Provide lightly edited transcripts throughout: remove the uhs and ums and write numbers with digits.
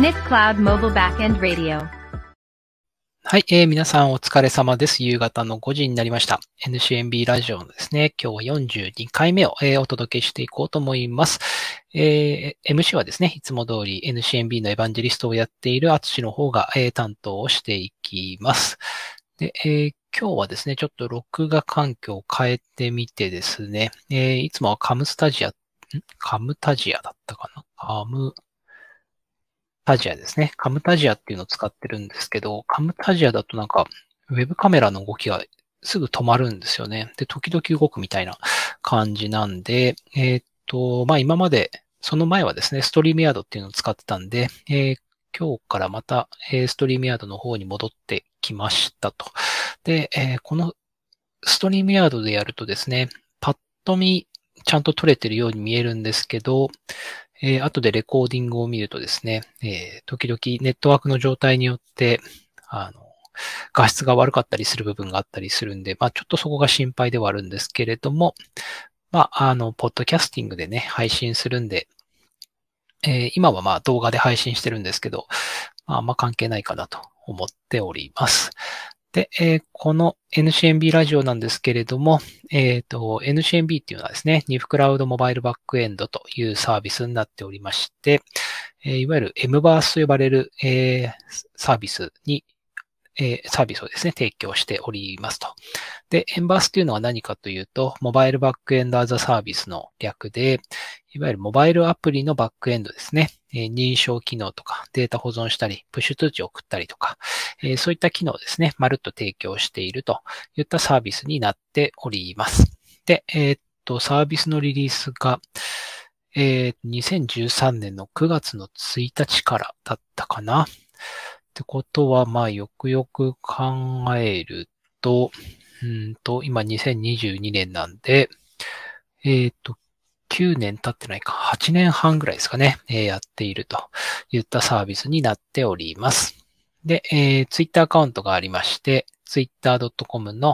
NIC Cloud Mobile Backend Radio。 はい、皆さんお疲れ様です。夕方の5時になりました。NCNB ラジオのですね、今日は42回目を、お届けしていこうと思います。MC はですね、いつも通り NCNB のエヴァンジェリストをやっている淳の方が、担当をしていきます。で、今日はですね、ちょっと録画環境を変えてみてですね、いつもはカムタジアだったかなカムタジアですね。カムタジアっていうのを使ってるんですけど、カムタジアだとなんか、ウェブカメラの動きがすぐ止まるんですよね。で、時々動くみたいな感じなんで、今まで、その前はですね、ストリームヤードっていうのを使ってたんで、今日からまた、ストリームヤードの方に戻ってきましたと。で、このストリームヤードでやるとですね、パッと見、ちゃんと撮れてるように見えるんですけど、後でレコーディングを見るとですね、時々ネットワークの状態によって、画質が悪かったりする部分があったりするんで、ちょっとそこが心配ではあるんですけれども、ポッドキャスティングでね、配信するんで、今は動画で配信してるんですけど、あんま関係ないかなと思っております。で、この NCNB ラジオなんですけれども、NCNB っていうのはですね、NIF クラウドモバイルバックエンドというサービスになっておりまして、いわゆる MBaaS と呼ばれる、サービスをですね、提供しておりますと。で、MBaaS というのは何かというと、モバイルバックエンドアザサービスの略で、いわゆるモバイルアプリのバックエンドですね。認証機能とかデータ保存したり、プッシュ通知を送ったりとか、そういった機能をですね、まるっと提供しているといったサービスになっております。で、サービスのリリースが、2013年の9月の1日からだったかな。ってことは、よくよく考えると、今2022年なんで、9年経ってないか、8年半ぐらいですかね、やっているといったサービスになっております。で、Twitter アカウントがありまして、twitter.com の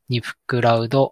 nifcloud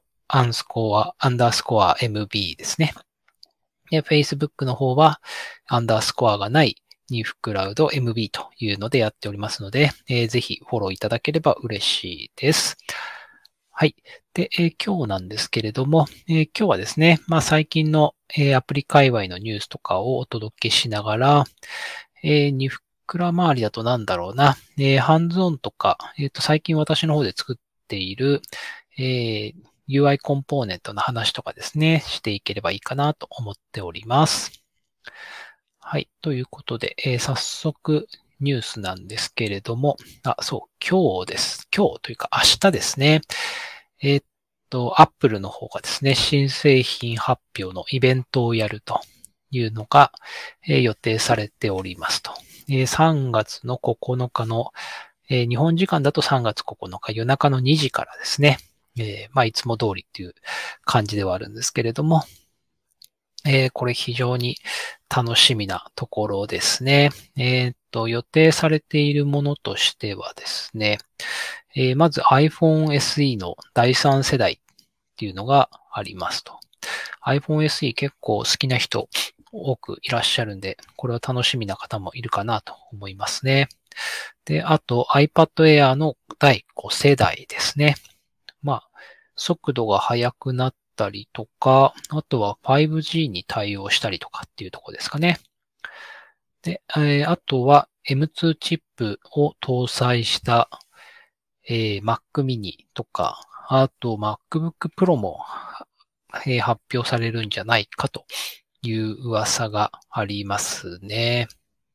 _MB ですね。で、Facebook の方は、アンダースコアがない nifcloud MB というのでやっておりますので、ぜひフォローいただければ嬉しいです。はい。で、今日なんですけれども、今日はですね、最近の、アプリ界隈のニュースとかをお届けしながら、ニフクラ周りだとなんだろうな、ハンズオンとか、最近私の方で作っている、UI コンポーネントの話とかですね、していければいいかなと思っております。はい。ということで、早速ニュースなんですけれども、今日です。今日というか明日ですね。Apple の方がですね、新製品発表のイベントをやるというのが、予定されておりますと。3月の9日の、日本時間だと3月9日夜中の2時からですね、いつも通りっていう感じではあるんですけれども、これ非常に楽しみなところですね。予定されているものとしてはですね、まず iPhone SE の第3世代っていうのがありますと。iPhone SE 結構好きな人多くいらっしゃるんで、これは楽しみな方もいるかなと思いますね。で、あと iPad Air の第5世代ですね。速度が速くなったりとか、あとは 5G に対応したりとかっていうところですかね。で、あとは M2 チップを搭載した、Mac mini とか、あと MacBook Pro も、発表されるんじゃないかという噂がありますね。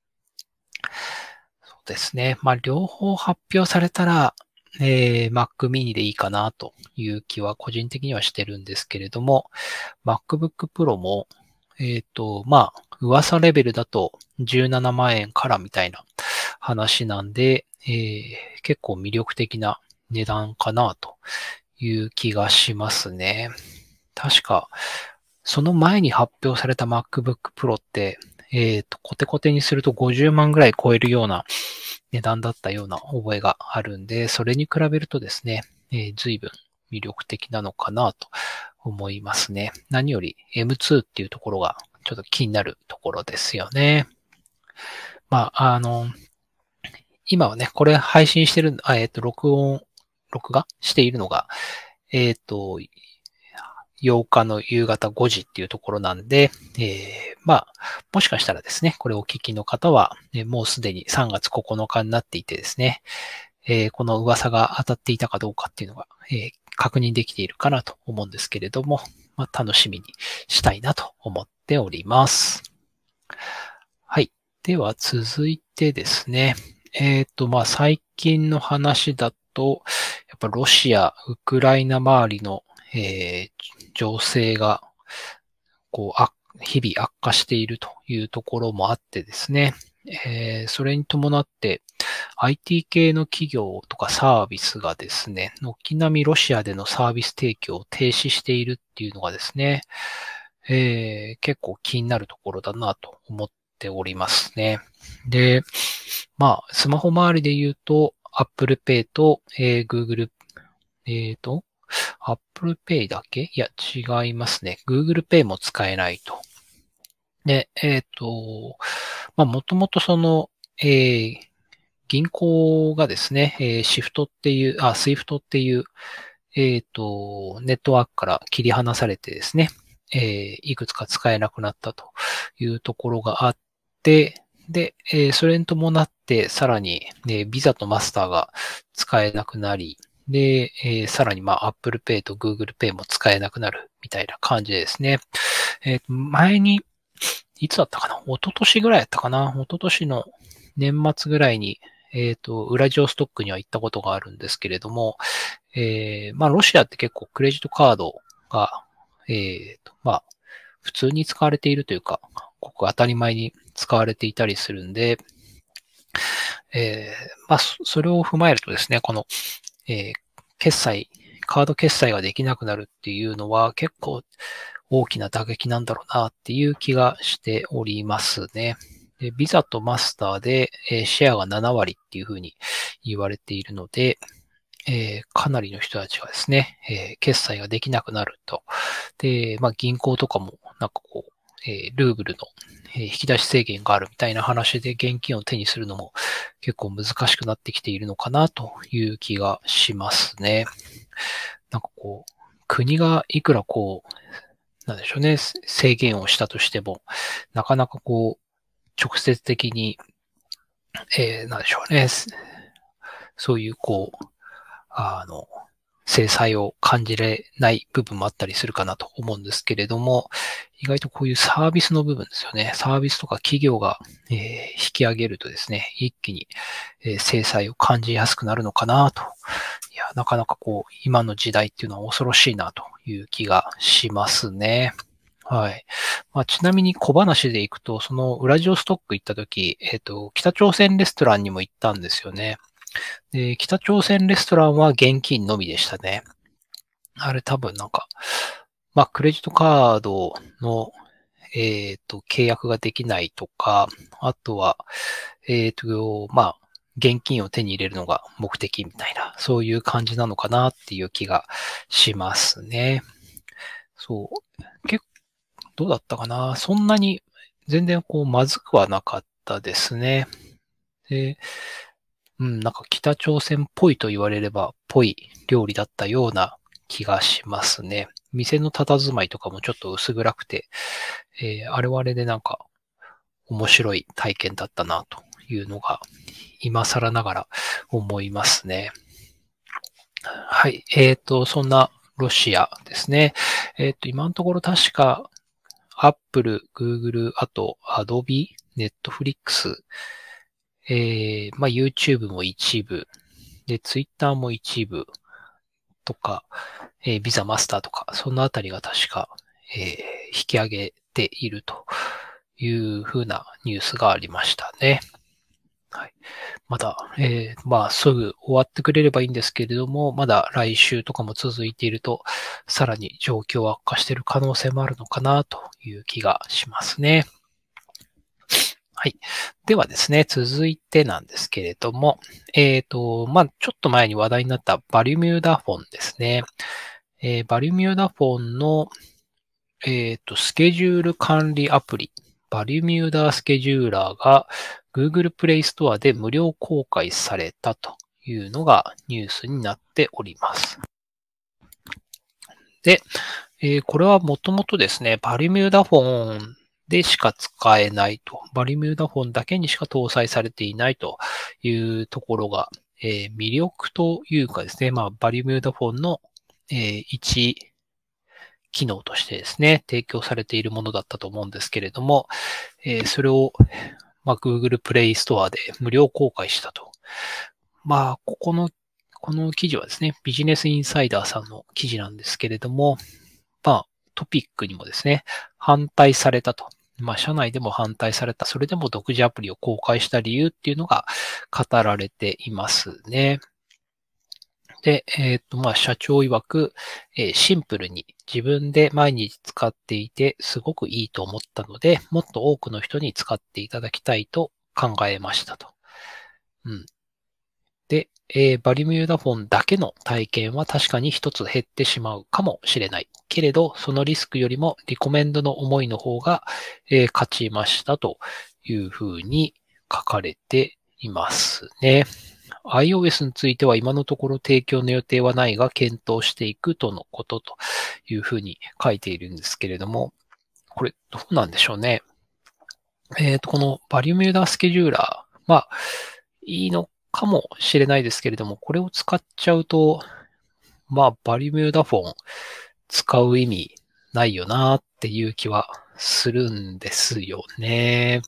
そうですね。両方発表されたら、Mac mini でいいかなという気は個人的にはしてるんですけれども、MacBook Pro も、噂レベルだと17万円からみたいな話なんで、結構魅力的な値段かなという気がしますね。確か、その前に発表された MacBook Pro って、コテコテにすると50万ぐらい超えるような値段だったような覚えがあるんで、それに比べるとですね、随分魅力的なのかなと思いますね。何より M2 っていうところがちょっと気になるところですよね。 今はね、これ配信してる、録画しているのが、8日の夕方5時っていうところなんで、もしかしたらですね、これをお聞きの方は、もうすでに3月9日になっていてですね、この噂が当たっていたかどうかっていうのが、確認できているかなと思うんですけれども、楽しみにしたいなと思っております。はい。では続いてですね、最近の話だと、やっぱロシア、ウクライナ周りの、情勢が、日々悪化しているというところもあってですね、それに伴って、IT 系の企業とかサービスがですね、軒並みロシアでのサービス提供を停止しているっていうのがですね、結構気になるところだなと思っておりますね。で、スマホ周りで言うと、Apple Pay と、Google、Apple Pay だけいや、違いますね。Google Pay も使えないと。で、もともと銀行がですね、シフトっていう、スイフトっていう、ネットワークから切り離されてですね、いくつか使えなくなったというところがあって、で、それに伴って、さらに、ビザとマスターが使えなくなり、で、さらにApple Pay と Google Pay も使えなくなるみたいな感じでですね。前に、いつだったかな一昨年ぐらいだったかな一昨年の年末ぐらいに、ウラジオストックには行ったことがあるんですけれども、ロシアって結構クレジットカードが、普通に使われているというか、ここ当たり前に使われていたりするんで、それを踏まえるとですね、この、カード決済ができなくなるっていうのは結構大きな打撃なんだろうなっていう気がしておりますね。でビザとマスターで、シェアが7割っていうふうに言われているので、かなりの人たちがですね、決済ができなくなると。で、銀行とかもルーブルの、引き出し制限があるみたいな話で現金を手にするのも結構難しくなってきているのかなという気がしますね。国がいくらなんでしょうね、制限をしたとしても、なかなか直接的に、なんでしょうね、そういう制裁を感じれない部分もあったりするかなと思うんですけれども、意外とこういうサービスの部分ですよね。サービスとか企業が、引き上げるとですね、一気に、制裁を感じやすくなるのかなと。いや、なかなか今の時代っていうのは恐ろしいなという気がしますね。はい。ちなみに小話でいくと、そのウラジオストック行った時、北朝鮮レストランにも行ったんですよね。で、北朝鮮レストランは現金のみでしたね。あれ多分クレジットカードの、契約ができないとか、あとは、現金を手に入れるのが目的みたいな、そういう感じなのかなっていう気がしますね。そう。どうだったかなそんなに全然まずくはなかったですね。で、北朝鮮っぽいと言われれば、ぽい料理だったような気がしますね。店の佇まいとかもちょっと薄暗くて、あれはあれで面白い体験だったなというのが、今更ながら思いますね。はい。そんなロシアですね。今のところ確か、Apple、Google、あと Adobe、Netflix、YouTube も一部、で、Twitter も一部とか、ビザマスターとか、そのあたりが確か、引き上げているというふうなニュースがありましたね。はい。まだ、すぐ終わってくれればいいんですけれども、まだ来週とかも続いていると、さらに状況は悪化している可能性もあるのかなという気がしますね。はい。ではですね、続いてなんですけれども、ちょっと前に話題になったバリュミューダフォンですね。バリュミューダフォンの、スケジュール管理アプリ、バリュミューダスケジューラーが Google Play Store で無料公開されたというのがニュースになっております。で、これはもともとですね、バリミューダフォンでしか使えないと。バリミューダフォンだけにしか搭載されていないというところが、魅力というかですね、バリミューダフォンの、一機能としてですね、提供されているものだったと思うんですけれども、それを、Google Play Store で無料公開したと。この記事はですね、ビジネスインサイダーさんの記事なんですけれども、トピックにもですね、反対されたと。社内でも反対された。それでも独自アプリを公開した理由っていうのが語られていますね。で、社長曰く、シンプルに自分で毎日使っていてすごくいいと思ったので、もっと多くの人に使っていただきたいと考えましたと。で、バリミューダフォンだけの体験は確かに一つ減ってしまうかもしれない。けれど、そのリスクよりもリコメンドの思いの方が、勝ちましたというふうに書かれていますね。iOS については今のところ提供の予定はないが検討していくとのことというふうに書いているんですけれども、これどうなんでしょうね。このバリミューダスケジューラー、いいのかもしれないですけれども、これを使っちゃうと、バリミューダフォン使う意味ないよなっていう気はするんですよね。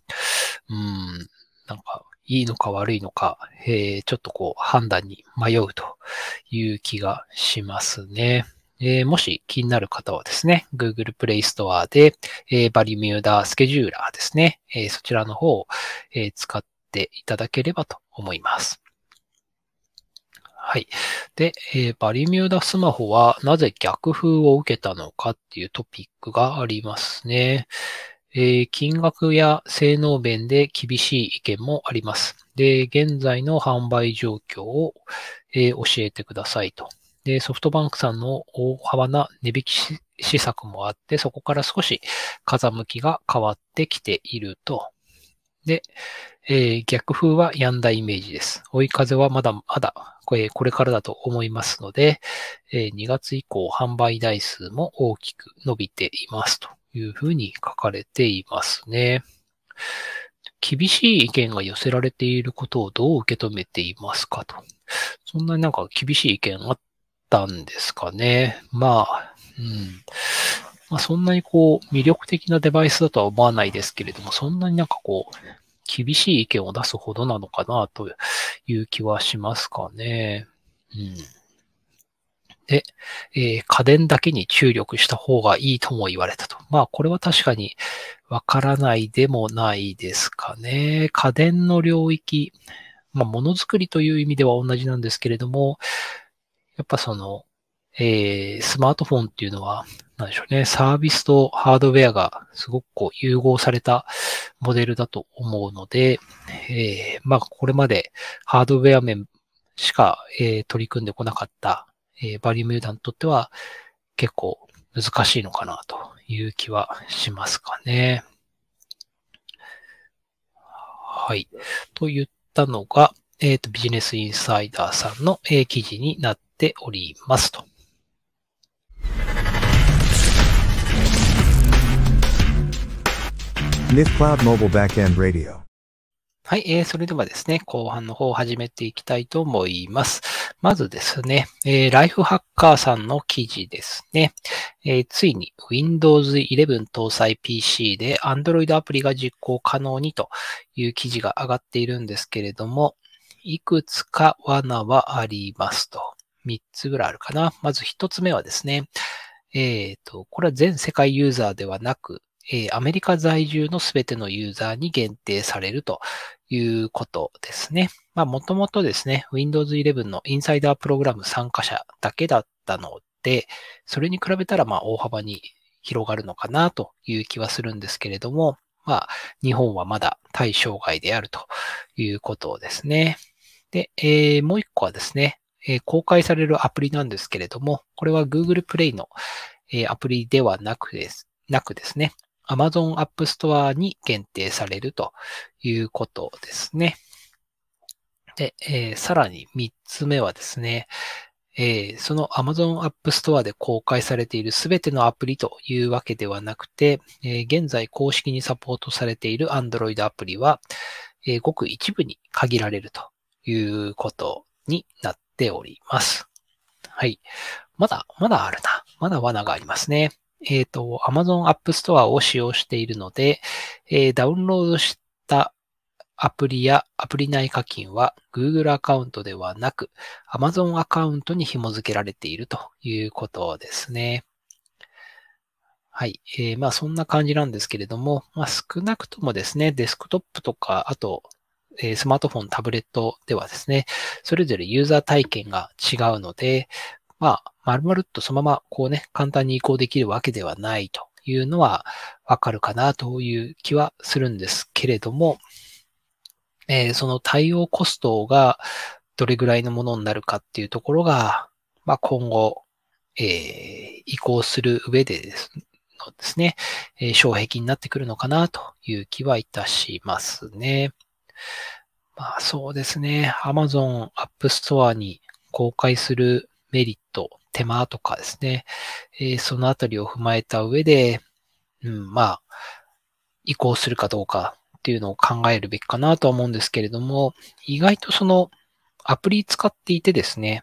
いいのか悪いのか、ちょっと判断に迷うという気がしますね。もし気になる方はですね、Google Play Store で、バリミューダスケジューラーですね、そちらの方を、使っていただければと思います。はい。で、バリミューダスマホはなぜ逆風を受けたのかっていうトピックがありますね。金額や性能面で厳しい意見もあります。で、現在の販売状況を、教えてくださいと。で、ソフトバンクさんの大幅な値引き施策もあって、そこから少し風向きが変わってきていると。で、逆風は止んだイメージです。追い風はまだまだこれからだと思いますので、2月以降販売台数も大きく伸びていますというふうに書かれていますね。厳しい意見が寄せられていることをどう受け止めていますかと。そんなに厳しい意見あったんですかね。そんなに魅力的なデバイスだとは思わないですけれども、そんなに厳しい意見を出すほどなのかなという気はしますかね。で、家電だけに注力した方がいいとも言われたと。これは確かにわからないでもないですかね。家電の領域、ものづくりという意味では同じなんですけれども、やっぱスマートフォンっていうのは、なんでしょうね、サービスとハードウェアがすごく融合されたモデルだと思うので、これまでハードウェア面しか、取り組んでこなかった、バリューミューダにとっては結構難しいのかなという気はしますかね。はい。と言ったのが、ビジネスインサイダーさんの、記事になっておりますと。 NIF Cloud Mobile Backend Radio。 はい、それではですね、後半の方を始めていきたいと思います。まずですね、ライフハッカーさんの記事ですね。ついに Windows 11搭載 PC で Android アプリが実行可能にという記事が上がっているんですけれども、いくつか罠はありますと。3つぐらいあるかな。まず1つ目はですね、これは全世界ユーザーではなく、アメリカ在住のすべてのユーザーに限定されるということですね。もともとですね、Windows 11のインサイダープログラム参加者だけだったので、それに比べたら大幅に広がるのかなという気はするんですけれども、日本はまだ対象外であるということですね。で、もう一個はですね、公開されるアプリなんですけれども、これは Google Play の、アプリではなくですね、 Amazon App Store に限定されるということですね。で、さらに3つ目はですね、その Amazon App Store で公開されているすべてのアプリというわけではなくて、現在公式にサポートされている Android アプリは、ごく一部に限られるということになっております。はい。まだあるな。まだ罠がありますね。Amazon App Store を使用しているので、ダウンロードしたアプリやアプリ内課金は Google アカウントではなく Amazon アカウントに紐付けられているということですね。はい。まあそんな感じなんですけれども、まあ少なくともですね、デスクトップとか、あと、スマートフォン、タブレットではですね、それぞれユーザー体験が違うので、まあ、丸々とそのままこうね、簡単に移行できるわけではないというのはわかるかなという気はするんですけれども、その対応コストがどれぐらいのものになるかっていうところが、まあ、今後、移行する上でですね、障壁になってくるのかなという気はいたしますね。まあ、そうですね。Amazon App Store に公開するメリット、手間とかですね、そのあたりを踏まえた上で、まあ、移行するかどうかっていうのを考えるべきかなとは思うんですけれども、意外とそのアプリ使っていてですね、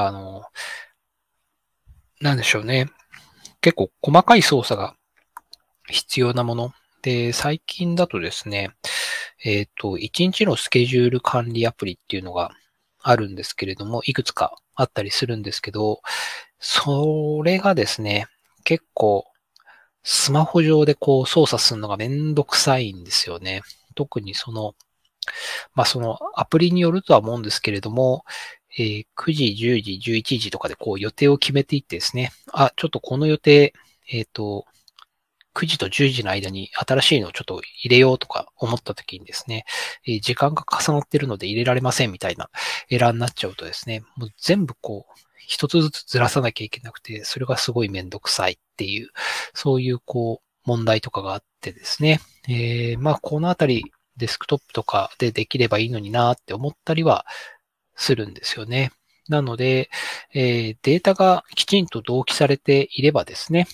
なんでしょうね。結構細かい操作が必要なもの。で、最近だとですね、1日のスケジュール管理アプリっていうのがあるんですけれども、いくつかあったりするんですけど、それがですね、結構スマホ上でこう操作するのがめんどくさいんですよね。特にそのアプリによるとは思うんですけれども、9時、10時、11時とかでこう予定を決めていってですね、ちょっとこの予定、9時と10時の間に新しいのをちょっと入れようとか思った時にですね、時間が重なっているので入れられませんみたいなエラーになっちゃうとですね、もう全部こう、一つずつずらさなきゃいけなくて、それがすごいめんどくさいっていう、そういうこう、問題とかがあってですね、まあこのあたりデスクトップとかでできればいいのになって思ったりはするんですよね。なので、データがきちんと同期されていればですね、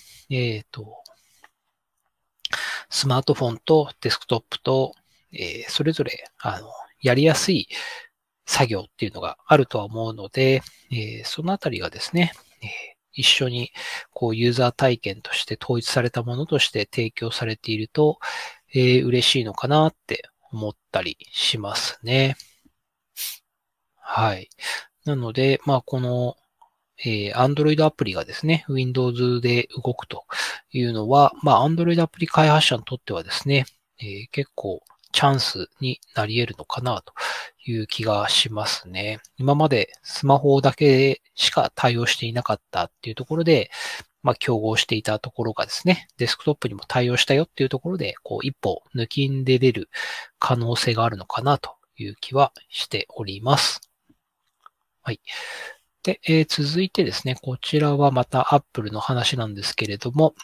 スマートフォンとデスクトップと、それぞれ、やりやすい作業っていうのがあるとは思うので、そのあたりがですね、一緒にこうユーザー体験として統一されたものとして提供されていると、嬉しいのかなって思ったりしますね。はい。なので、まあ、この、Android アプリがですね、Windows で動くというのは、まあ、Android アプリ開発者にとってはですね、結構チャンスになり得るのかなという気がしますね。今までスマホだけしか対応していなかったっていうところで、まあ、競合していたところがですね、デスクトップにも対応したよっていうところで、こう、一歩抜きんで出る可能性があるのかなという気はしております。はい。で、続いてですね、こちらはまた Apple の話なんですけれども、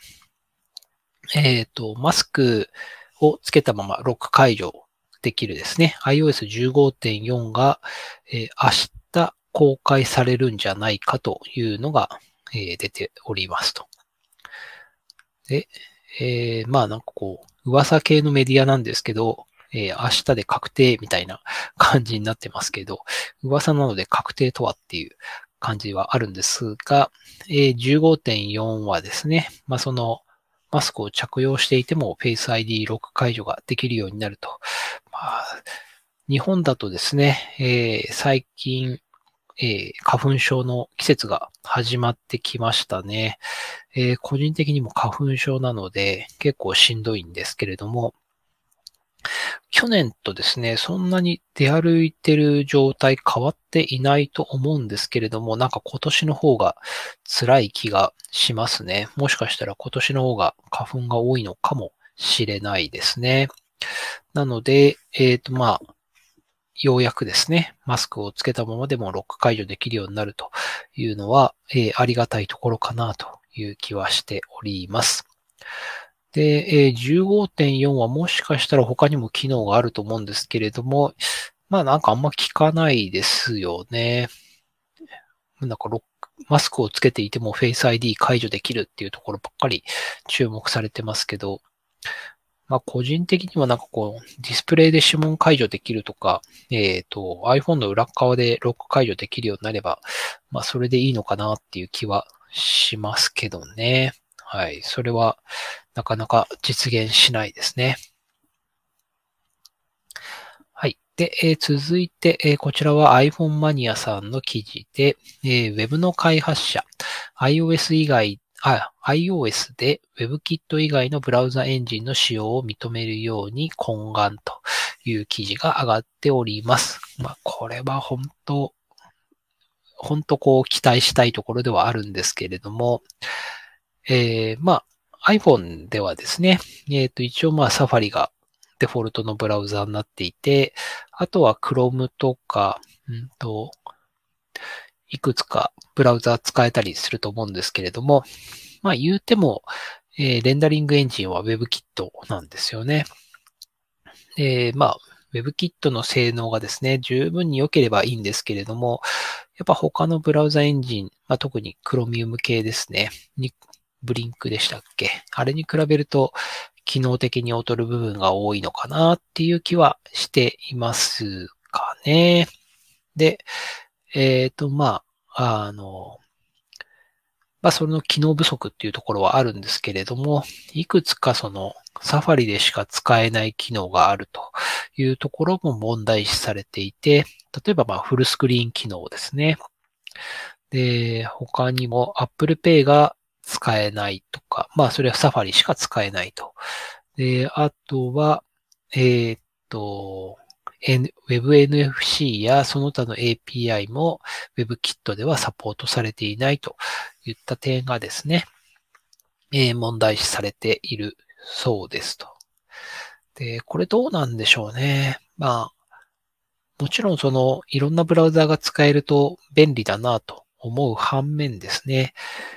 マスクをつけたままロック解除できるですね、iOS15.4 が、明日公開されるんじゃないかというのが、出ておりますと。で、まあなんかこう、噂系のメディアなんですけど、明日で確定みたいな感じになってますけど、噂なので確定とはっていう感じはあるんですが、15.4 はですね、まあそのマスクを着用していても Face ID ロック解除ができるようになると。まあ、日本だとですね、最近、花粉症の季節が始まってきましたね。個人的にも花粉症なので結構しんどいんですけれども、去年とですね、そんなに出歩いてる状態変わっていないと思うんですけれども、なんか今年の方が辛い気がしますね。もしかしたら今年の方が花粉が多いのかもしれないですね。なので、まあ、ようやくですね、マスクをつけたままでもロック解除できるようになるというのは、ありがたいところかなという気はしております。 で、15.4 はもしかしたら他にも機能があると思うんですけれども、まあなんかあんま聞かないですよね。なんかマスクをつけていても Face ID 解除できるっていうところばっかり注目されてますけど、まあ個人的にはなんかこう、ディスプレイで指紋解除できるとか、iPhone の裏側でロック解除できるようになれば、まあそれでいいのかなっていう気はしますけどね。はい。それはなかなか実現しないですね。はい。で、続いて、こちらは iPhone マニアさんの記事で、Web の開発者、iOS で WebKit 以外のブラウザエンジンの使用を認めるように懇願という記事が上がっております。まあ、これは本当こう期待したいところではあるんですけれども、まあ、iPhone ではですね、一応まあ Safari がデフォルトのブラウザになっていて、あとは Chrome とか、いくつかブラウザ使えたりすると思うんですけれども、まあ言うても、レンダリングエンジンは WebKit なんですよね。まあ、WebKit の性能がですね、十分に良ければいいんですけれども、やっぱ他のブラウザエンジン、まあ、特に Chromium 系ですね、ブリンクでしたっけ？あれに比べると、機能的に劣る部分が多いのかなっていう気はしていますかね。で、まあ、まあ、その機能不足っていうところはあるんですけれども、いくつかそのサファリでしか使えない機能があるというところも問題視されていて、例えばまあフルスクリーン機能ですね。で、他にも Apple Pay が使えないとか、まあそれはサファリしか使えないと。で、あとは、えーっと、WebNFC やその他の API も WebKit ではサポートされていないといった点がですね、問題視されているそうですと。で、これどうなんでしょうね。まあ、もちろんそのいろんなブラウザが使えると便利だなと思う反面ですね、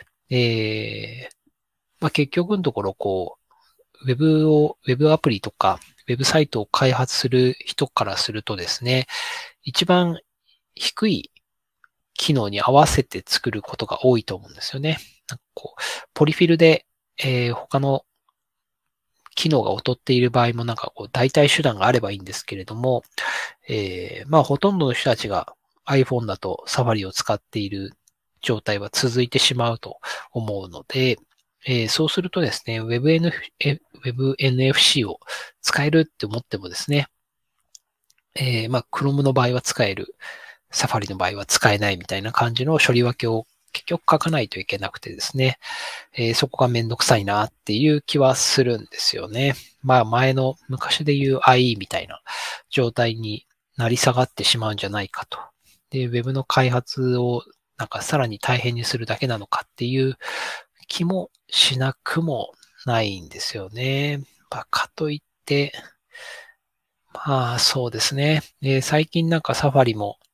まあ、結局のところこう、ウェブアプリとか、ウェブサイトを開発する人からするとですね、一番低い機能に合わせて作ることが多いと思うんですよね。なんかこうポリフィルで、他の機能が劣っている場合もなんかこう代替手段があればいいんですけれども、まあほとんどの人たちが iPhone だと Safari を使っている状態は続いてしまうと思うので、そうするとですね、WebNFC を使えるって思ってもですね、まあ Chrome の場合は使える、Safari の場合は使えないみたいな感じの処理分けを結局書かないといけなくてですね、そこがめんどくさいなっていう気はするんですよね。まあ前の昔で言う IE みたいな状態になり下がってしまうんじゃないかと。で、Web の開発をなんかさらに大変にするだけなのかっていう気もしなくもないんですよね。まあ、かといって、まあそうですね。最近なんかサファリも、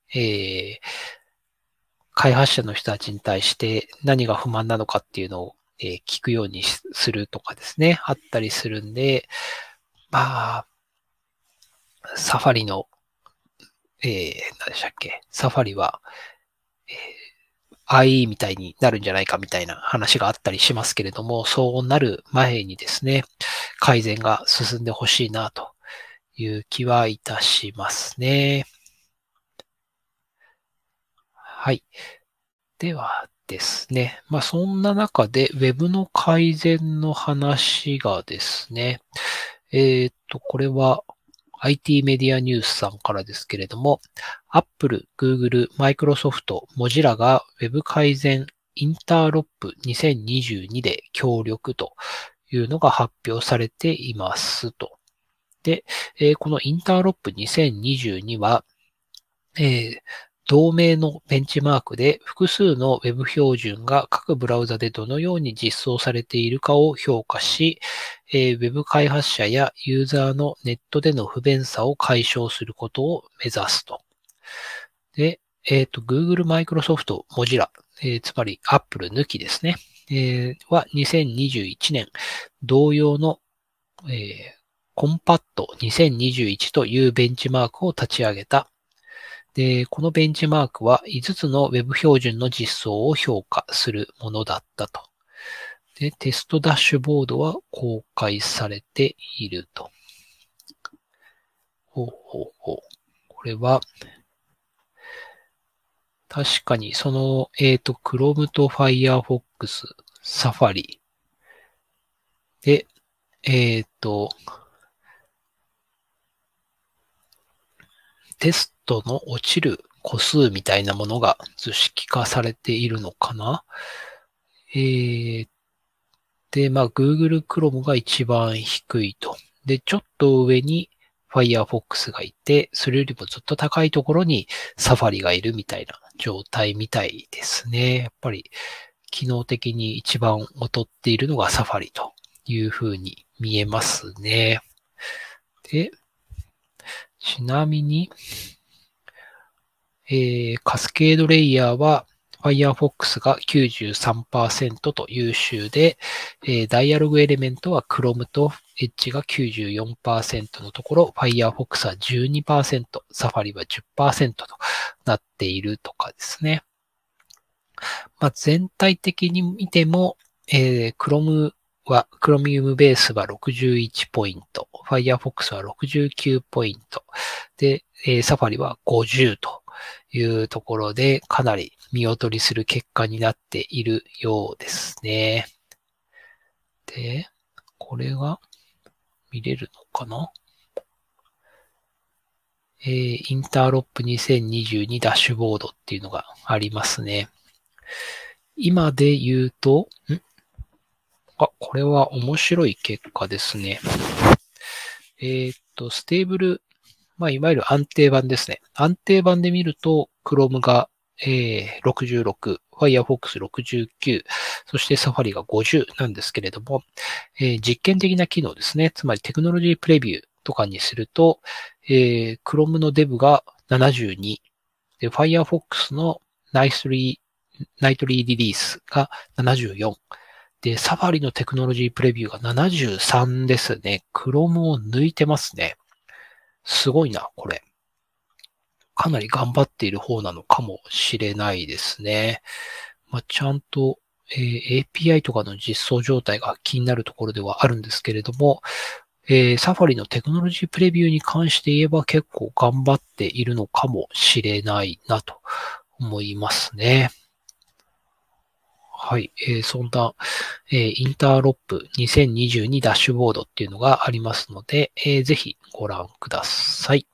開発者の人たちに対して何が不満なのかっていうのを、聞くようにするとかですね、あったりするんで、まあ、サファリの、何でしたっけ、サファリは、IE みたいになるんじゃないかみたいな話があったりしますけれども、そうなる前にですね、改善が進んでほしいなという気はいたしますね。はい。ではですね、まあそんな中で Web の改善の話がですね、これは IT メディアニュースさんからですけれども、Apple、Google、Microsoft、Mozilla が Web 改善インターロップ2022で協力というのが発表されていますと。で、このインターロップ2022は、同名のベンチマークで複数の Web 標準が各ブラウザでどのように実装されているかを評価し、Web 開発者やユーザーのネットでの不便さを解消することを目指すと。で、Google、Microsoft、Mozilla、つまり Apple 抜きですね。 は2021年同様の、コンパット2021というベンチマークを立ち上げた。で、このベンチマークは5つの Web 標準の実装を評価するものだったと。で、テストダッシュボードは公開されていると。これは、確かにその、Chrome と Firefox、Safari で、テストの落ちる個数みたいなものが図式化されているのかな。で、Google Chrome が一番低いと。で、ちょっと上に Firefox がいて、それよりもずっと高いところに Safari がいるみたいな状態みたいですね。やっぱり、機能的に一番劣っているのが Safari というふうに見えますね。で、ちなみに、カスケードレイヤーは Firefox が 93% と優秀で、ダイアログエレメントは Chrome と Edge が 94% のところ、Firefox は 12%、Safari は 10% となっているとかですね。全体的に見ても、Chromium ベースは61ポイント、Firefox は69ポイント、で、Safari は50というところで、かなり見劣りする結果になっているようですね。で、これが見れるのかな？インターロップ2022ダッシュボードっていうのがありますね。今で言うと、これは面白い結果ですね。ステーブル、いわゆる安定版ですね。安定版で見ると、Chrome が、66、Firefox 69、そして Safari が50なんですけれども、実験的な機能ですね。つまりテクノロジープレビューとかにすると、Chrome の Dev が72、で Firefox のナイトリーリリースが74、で、Safari のテクノロジープレビューが73ですね。Chrome を抜いてますね。すごいな、これ。かなり頑張っている方なのかもしれないですね。ちゃんと、API とかの実装状態が気になるところではあるんですけれども、Safari のテクノロジープレビューに関して言えば結構頑張っているのかもしれないなと思いますね。はい。そんな、インターロップ2022ダッシュボードっていうのがありますので、ぜひご覧ください。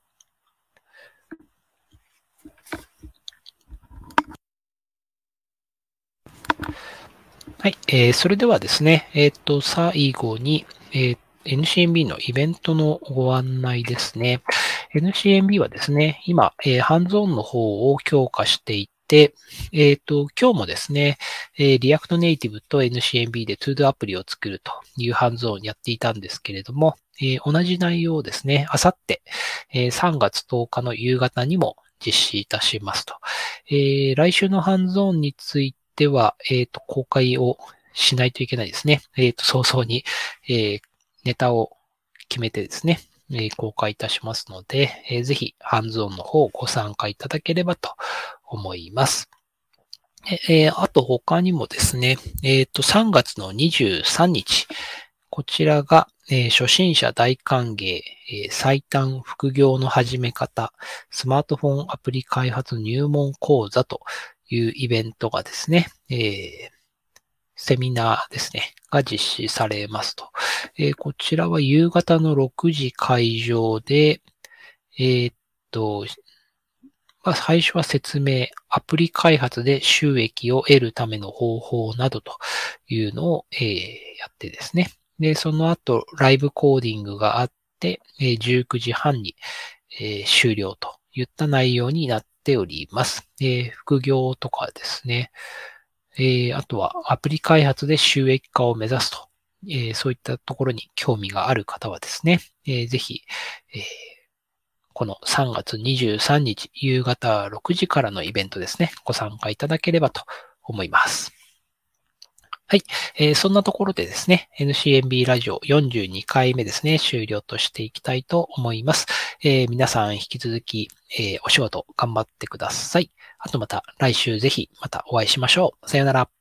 はい。それではですね、最後に、NCNB のイベントのご案内ですね。NCNB はですね、今、ハンズオンの方を強化していて、今日もですね、React Native と NCNB で ToDo アプリを作るというハンズオンやっていたんですけれども、同じ内容をですね、あさって、3月10日の夕方にも実施いたしますと。来週のハンズオンについては、公開をしないといけないですね。早々に、ネタを決めてですね、公開いたしますので、ぜひ、ハンズオンの方ご参加いただければと思います。あと他にもですね、3月の23日、こちらが、初心者大歓迎、最短副業の始め方、スマートフォンアプリ開発入門講座というイベントがですね、セミナーですね、が実施されますと。こちらは夕方の6時会場で、最初は説明、アプリ開発で収益を得るための方法などというのを、やってですね。で、その後、ライブコーディングがあって、19時半に、終了といった内容になっております。副業とかですね。あとは、アプリ開発で収益化を目指すと。そういったところに興味がある方はですね、ぜひ、この3月23日夕方6時からのイベントですね、ご参加いただければと思います。 はい。そんなところでですね、NCNB ラジオ42回目ですね、終了としていきたいと思います。皆さん引き続き、お仕事頑張ってください。あとまた来週ぜひまたお会いしましょう。さようなら。